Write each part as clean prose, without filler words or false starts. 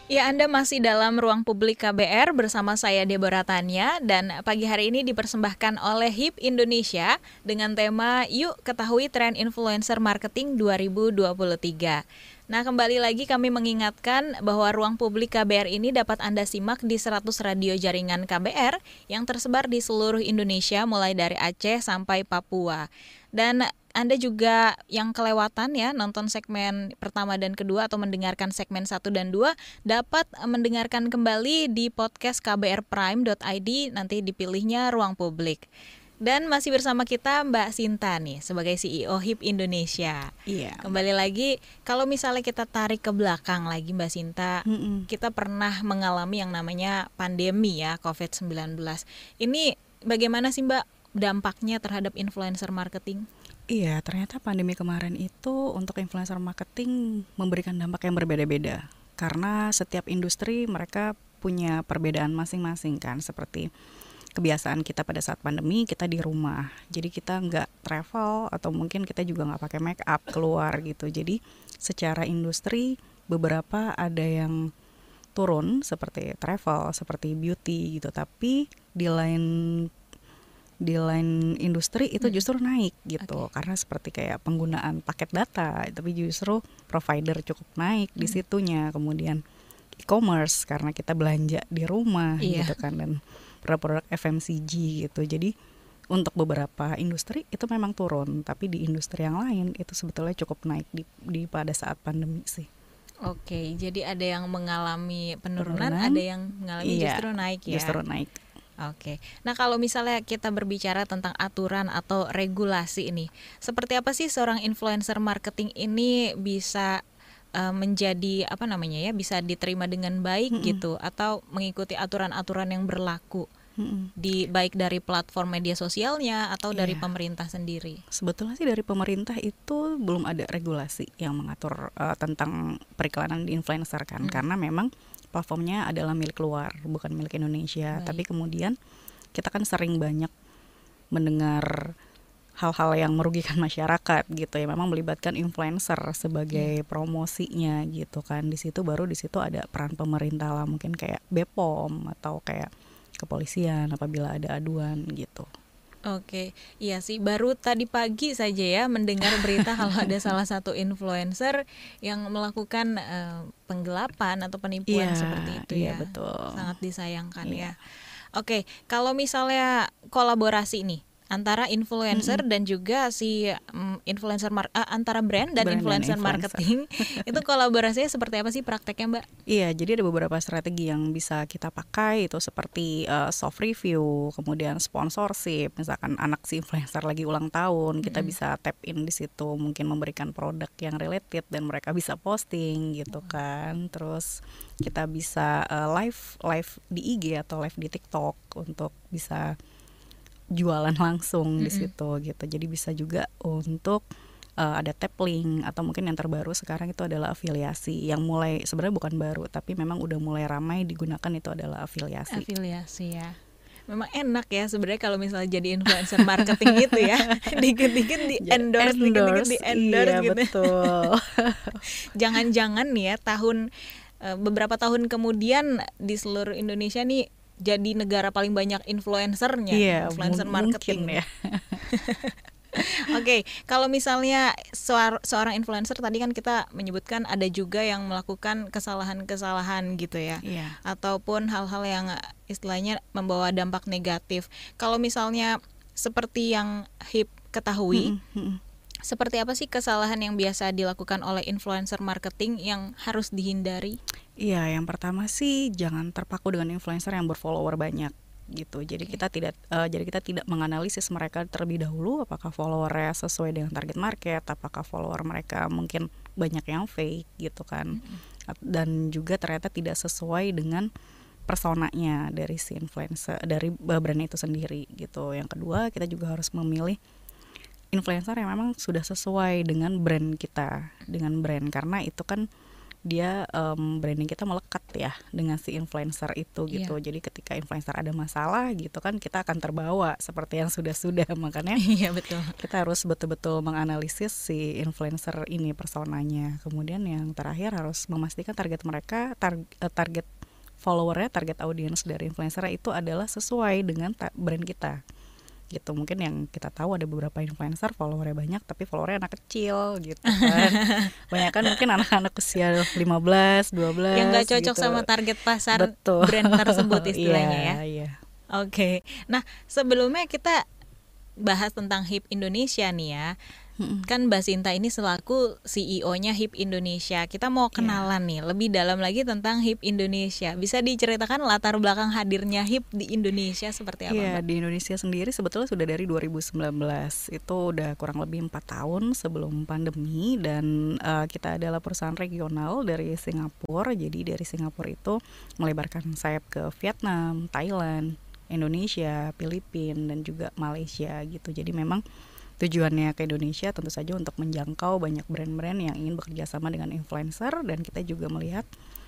Ya, Anda masih dalam ruang publik KBR bersama saya Deborah Tanya dan pagi hari ini dipersembahkan oleh HIP Indonesia dengan tema Yuk Ketahui Tren Influencer Marketing 2023. Nah, kembali lagi kami mengingatkan bahwa ruang publik KBR ini dapat Anda simak di 100 radio jaringan KBR yang tersebar di seluruh Indonesia mulai dari Aceh sampai Papua. Dan Anda juga yang kelewatan ya nonton segmen pertama dan kedua atau mendengarkan segmen 1 dan 2 dapat mendengarkan kembali di podcast kbrprime.id, nanti dipilihnya ruang publik. Dan masih bersama kita Mbak Sinta nih sebagai CEO HIP Indonesia. Iya, Kembali lagi, kalau misalnya kita tarik ke belakang lagi Mbak Sinta, mm-mm. kita pernah mengalami yang namanya pandemi ya, COVID-19. Ini bagaimana sih Mbak dampaknya terhadap influencer marketing? Iya, ternyata pandemi kemarin itu untuk influencer marketing memberikan dampak yang berbeda-beda. Karena setiap industri mereka punya perbedaan masing-masing kan. Seperti kebiasaan kita pada saat pandemi, kita di rumah. Jadi kita nggak travel atau mungkin kita juga nggak pakai make up keluar gitu. Jadi secara industri beberapa ada yang turun seperti travel, seperti beauty gitu. Tapi di lain industri itu justru naik gitu. Karena seperti kayak penggunaan paket data, tapi justru provider cukup naik di situnya. Kemudian e-commerce karena kita belanja di rumah Iya. gitu kan, dan produk-produk FMCG gitu. Jadi untuk beberapa industri itu memang turun, tapi di industri yang lain itu sebetulnya cukup naik di pada saat pandemi sih. Oke, jadi ada yang mengalami penurunan, Penurunan, ada yang mengalami iya, justru naik ya. justru naik. Oke, nah kalau misalnya kita berbicara tentang aturan atau regulasi ini, seperti apa sih seorang influencer marketing ini bisa menjadi apa namanya ya, bisa diterima dengan baik Mm-mm, gitu, atau mengikuti aturan-aturan yang berlaku mm-mm. di baik dari platform media sosialnya atau dari Iya. pemerintah sendiri? Sebetulnya sih dari pemerintah itu belum ada regulasi yang mengatur tentang periklanan di influencer kan, karena memang platformnya adalah milik luar, bukan milik Indonesia. Tapi Baik. kemudian kita kan sering banyak mendengar hal-hal yang merugikan masyarakat gitu ya, memang melibatkan influencer sebagai Iya. promosinya gitu kan. Di situ ada peran pemerintah lah, mungkin kayak BPOM atau kayak kepolisian apabila ada aduan gitu. Oke, iya sih baru tadi pagi saja ya mendengar berita kalau ada salah satu influencer yang melakukan penggelapan atau Iya, penipuan seperti itu iya ya. betul. Sangat disayangkan Iya. ya. Oke, kalau misalnya kolaborasi nih antara influencer Mm-mm. dan juga si antara brand dan Brand dan influencer influencer. marketing itu kolaborasinya seperti apa sih prakteknya, Mbak? Iya, jadi ada beberapa strategi yang bisa kita pakai itu seperti soft review, kemudian sponsorship. Misalkan anak si influencer lagi ulang tahun, kita bisa tap in di situ, mungkin memberikan produk yang related dan mereka bisa posting gitu kan. Terus kita bisa live di IG atau live di TikTok untuk bisa jualan langsung di situ gitu. Jadi bisa juga untuk ada tap link, atau mungkin yang terbaru sekarang itu adalah afiliasi yang mulai sebenarnya bukan baru tapi memang udah mulai ramai digunakan, itu adalah afiliasi. Afiliasi ya. Memang enak ya sebenarnya kalau misalnya jadi influencer marketing gitu ya. Dikit-dikit di Jadi endorse, dikit-dikit di endorse iya gitu. betul. Jangan-jangan nih ya beberapa tahun kemudian di seluruh Indonesia nih jadi negara paling banyak influencernya nih, Iya, influencer mungkin marketing nih. ya. Oke, kalau misalnya seorang influencer tadi kan kita menyebutkan ada juga yang melakukan kesalahan-kesalahan gitu ya. Iya. Ataupun hal-hal yang istilahnya membawa dampak negatif. Kalau misalnya seperti yang HIP ketahui, seperti apa sih kesalahan yang biasa dilakukan oleh influencer marketing yang harus dihindari? Iya, yang pertama sih jangan terpaku dengan influencer yang berfollower banyak gitu. Jadi kita tidak menganalisis mereka terlebih dahulu, apakah followernya sesuai dengan target market, apakah follower mereka mungkin banyak yang fake gitu kan. Dan juga ternyata tidak sesuai dengan personanya dari si influencer, dari brand itu sendiri gitu. Yang kedua, kita juga harus memilih influencer yang memang sudah sesuai dengan brand kita, dengan brand, karena itu kan dia branding kita melekat ya dengan si influencer itu gitu. Jadi ketika influencer ada masalah gitu kan, kita akan terbawa seperti yang sudah-sudah. Makanya Iya betul. kita harus betul-betul menganalisis si influencer ini personanya. Kemudian yang terakhir harus memastikan target mereka, target followernya, target audiens dari influencer itu adalah sesuai dengan brand kita gitu. Mungkin yang kita tahu ada beberapa influencer followernya banyak tapi followernya anak kecil gitu kan. Banyak kan mungkin anak-anak usia 15, 12 yang gak cocok gitu. sama target pasar Betul. brand tersebut istilahnya Iya. Oke. Nah, sebelumnya kita bahas tentang HIP Indonesia nih ya. Kan Mbak Sinta ini selaku CEO-nya HIP Indonesia. Kita mau kenalan nih lebih dalam lagi tentang HIP Indonesia. Bisa diceritakan latar belakang hadirnya HIP di Indonesia seperti apa, Mbak? Di Indonesia sendiri sebetulnya sudah dari 2019. Itu udah kurang lebih 4 tahun sebelum pandemi. Dan kita adalah perusahaan regional dari Singapura. Jadi dari Singapura itu melebarkan sayap ke Vietnam, Thailand, Indonesia, Filipina, dan juga Malaysia gitu. Jadi memang tujuannya ke Indonesia tentu saja untuk menjangkau banyak brand-brand yang ingin bekerja sama dengan influencer, dan kita juga melihat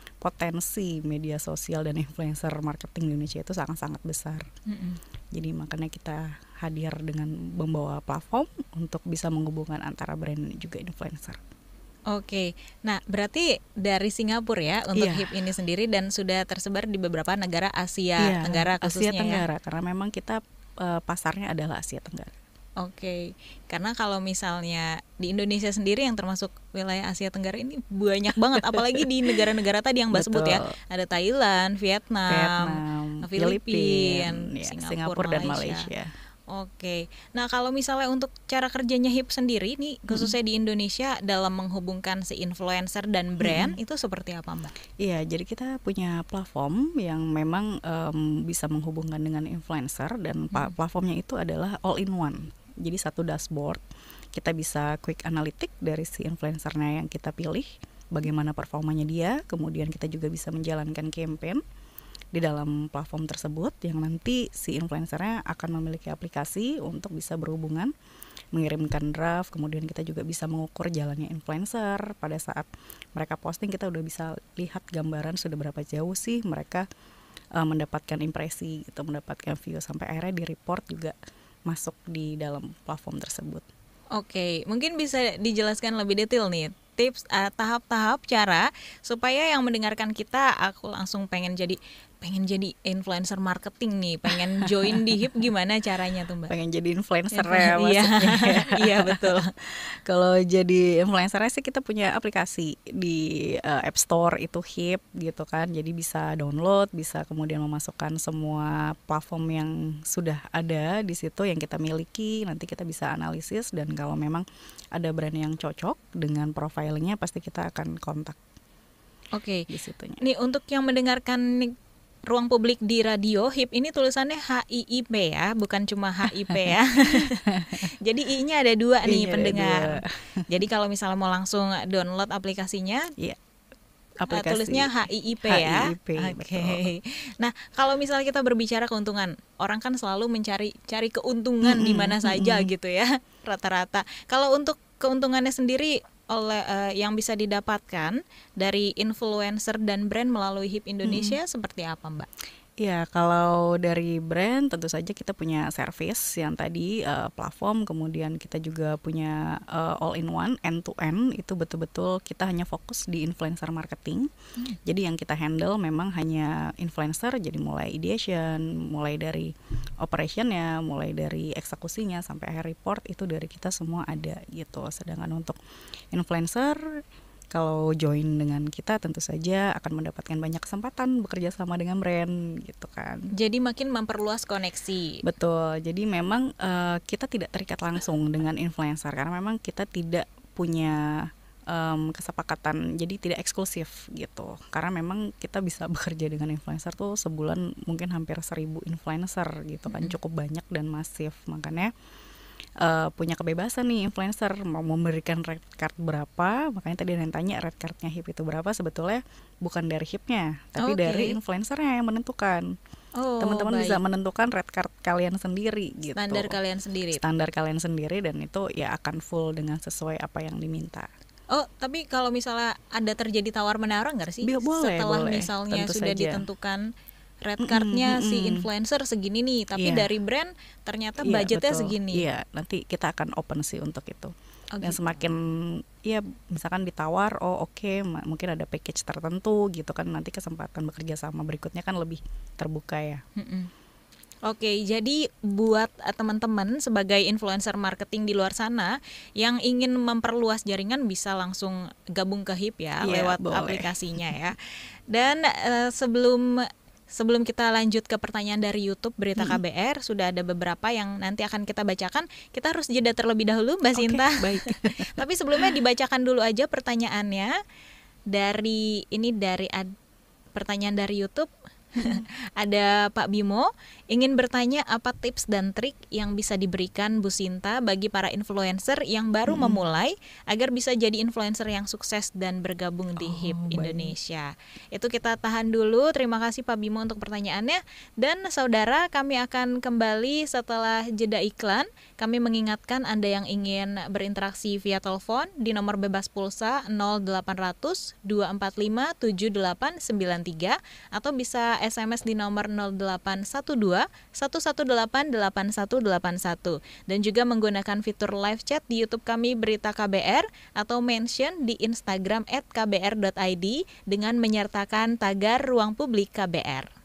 potensi media sosial dan influencer marketing di Indonesia itu sangat-sangat besar. Jadi makanya kita hadir dengan membawa platform untuk bisa menghubungkan antara brand dan juga influencer. Oke, nah berarti dari Singapura ya untuk HIP ini sendiri, dan sudah tersebar di beberapa negara Asia Tenggara khususnya Asia Tenggara, karena memang kita pasarnya adalah Asia Tenggara. Oke, karena kalau misalnya di Indonesia sendiri yang termasuk wilayah Asia Tenggara ini banyak banget, apalagi di negara-negara tadi yang Mbak sebut ya, ada Thailand, Vietnam, Filipina, Singapura dan Malaysia. Oke, nah kalau misalnya untuk cara kerjanya HIP sendiri nih, khususnya di Indonesia dalam menghubungkan si influencer dan brand itu seperti apa, Mbak? Iya, jadi kita punya platform yang memang bisa menghubungkan dengan influencer, dan platformnya itu adalah all in one. Jadi satu dashboard, kita bisa quick analytic dari si influencernya yang kita pilih, bagaimana performanya dia, kemudian kita juga bisa menjalankan campaign di dalam platform tersebut, yang nanti si influencernya akan memiliki aplikasi untuk bisa berhubungan, mengirimkan draft, kemudian kita juga bisa mengukur jalannya influencer. Pada saat mereka posting, kita udah bisa lihat gambaran sudah berapa jauh sih mereka mendapatkan impresi gitu, mendapatkan view, sampai akhirnya di report juga masuk di dalam platform tersebut. Oke, mungkin bisa dijelaskan lebih detail nih tips tahap-tahap cara supaya yang mendengarkan kita, aku langsung pengen jadi influencer marketing nih, pengen join di HIP, gimana caranya tuh, Mbak? Pengen jadi influencer ya maksudnya. Iya betul. Kalau jadi influencernya sih kita punya aplikasi di App Store itu HIP gitu kan. Jadi bisa download, bisa kemudian memasukkan semua platform yang sudah ada di situ yang kita miliki. Nanti kita bisa analisis, dan kalau memang ada brand yang cocok dengan profilingnya, pasti kita akan kontak. Oke. Di situnya. Nih untuk yang mendengarkan Ruang Publik di radio, HIP ini tulisannya HIIP ya, bukan cuma HIP ya. Jadi I-nya ada 2 nih pendengar. Jadi kalau misalnya mau langsung download aplikasinya, tulisnya HIIP ya. Oke. Nah, kalau misalnya kita berbicara keuntungan, orang kan selalu cari keuntungan di mana saja gitu ya, rata-rata. Kalau untuk keuntungannya sendiri oleh yang bisa didapatkan dari influencer dan brand melalui HIP Indonesia seperti apa, Mbak? Ya, kalau dari brand tentu saja kita punya service yang tadi platform, kemudian kita juga punya all in one, end to end, itu betul-betul kita hanya fokus di influencer marketing. Jadi yang kita handle memang hanya influencer, jadi mulai ideation, mulai dari operationnya, mulai dari eksekusinya sampai akhir report itu dari kita semua ada gitu. Sedangkan untuk influencer, kalau join dengan kita tentu saja akan mendapatkan banyak kesempatan bekerja sama dengan brand gitu kan. Jadi makin memperluas koneksi. Betul. Jadi memang kita tidak terikat langsung dengan influencer karena memang kita tidak punya kesepakatan, jadi tidak eksklusif gitu. Karena memang kita bisa bekerja dengan influencer tuh sebulan mungkin hampir 1.000 influencer gitu kan, cukup banyak dan masif. Makanya punya kebebasan nih influencer mau memberikan red card berapa. Makanya tadi yang tanya red cardnya HIP itu berapa, sebetulnya bukan dari HIP-nya tapi dari influencernya yang menentukan. Teman-teman bisa menentukan red card kalian sendiri gitu. Standar kalian sendiri, dan itu ya akan full dengan sesuai apa yang diminta. Oh, tapi kalau misalnya ada terjadi tawar-menawar nggak sih? Boleh, Setelah boleh. misalnya Tentu sudah saja. ditentukan red Mm-mm, cardnya si mm-mm. influencer segini nih, tapi Iya. dari brand ternyata Iya, budgetnya betul. segini. Iya, nanti kita akan open sih untuk itu. Oh Dan gitu. semakin ya misalkan ditawar, oh oke, mungkin ada package tertentu gitu kan, nanti kesempatan bekerja sama berikutnya kan lebih terbuka ya. Mm-mm. Oke, jadi buat teman-teman sebagai influencer marketing di luar sana yang ingin memperluas jaringan bisa langsung gabung ke HIP ya, Iya, lewat boleh. aplikasinya ya. Dan sebelum kita lanjut ke pertanyaan dari YouTube Berita KBR, sudah ada beberapa yang nanti akan kita bacakan. Kita harus jeda terlebih dahulu, Mbak Oke, Sinta. baik. Tapi sebelumnya dibacakan dulu aja pertanyaannya pertanyaan dari YouTube. Ada Pak Bimo ingin bertanya apa tips dan trik yang bisa diberikan Bu Sinta bagi para influencer yang baru memulai agar bisa jadi influencer yang sukses dan bergabung di HIP baik. Indonesia. Itu kita tahan dulu. Terima kasih Pak Bimo untuk pertanyaannya. Dan saudara, kami akan kembali setelah jeda iklan. Kami mengingatkan Anda yang ingin berinteraksi via telepon di nomor bebas pulsa 0800 245 7893 atau bisa SMS di nomor 0812 118 8181 dan juga menggunakan fitur live chat di YouTube kami Berita KBR atau mention di Instagram @kbr.id dengan menyertakan tagar Ruang Publik KBR.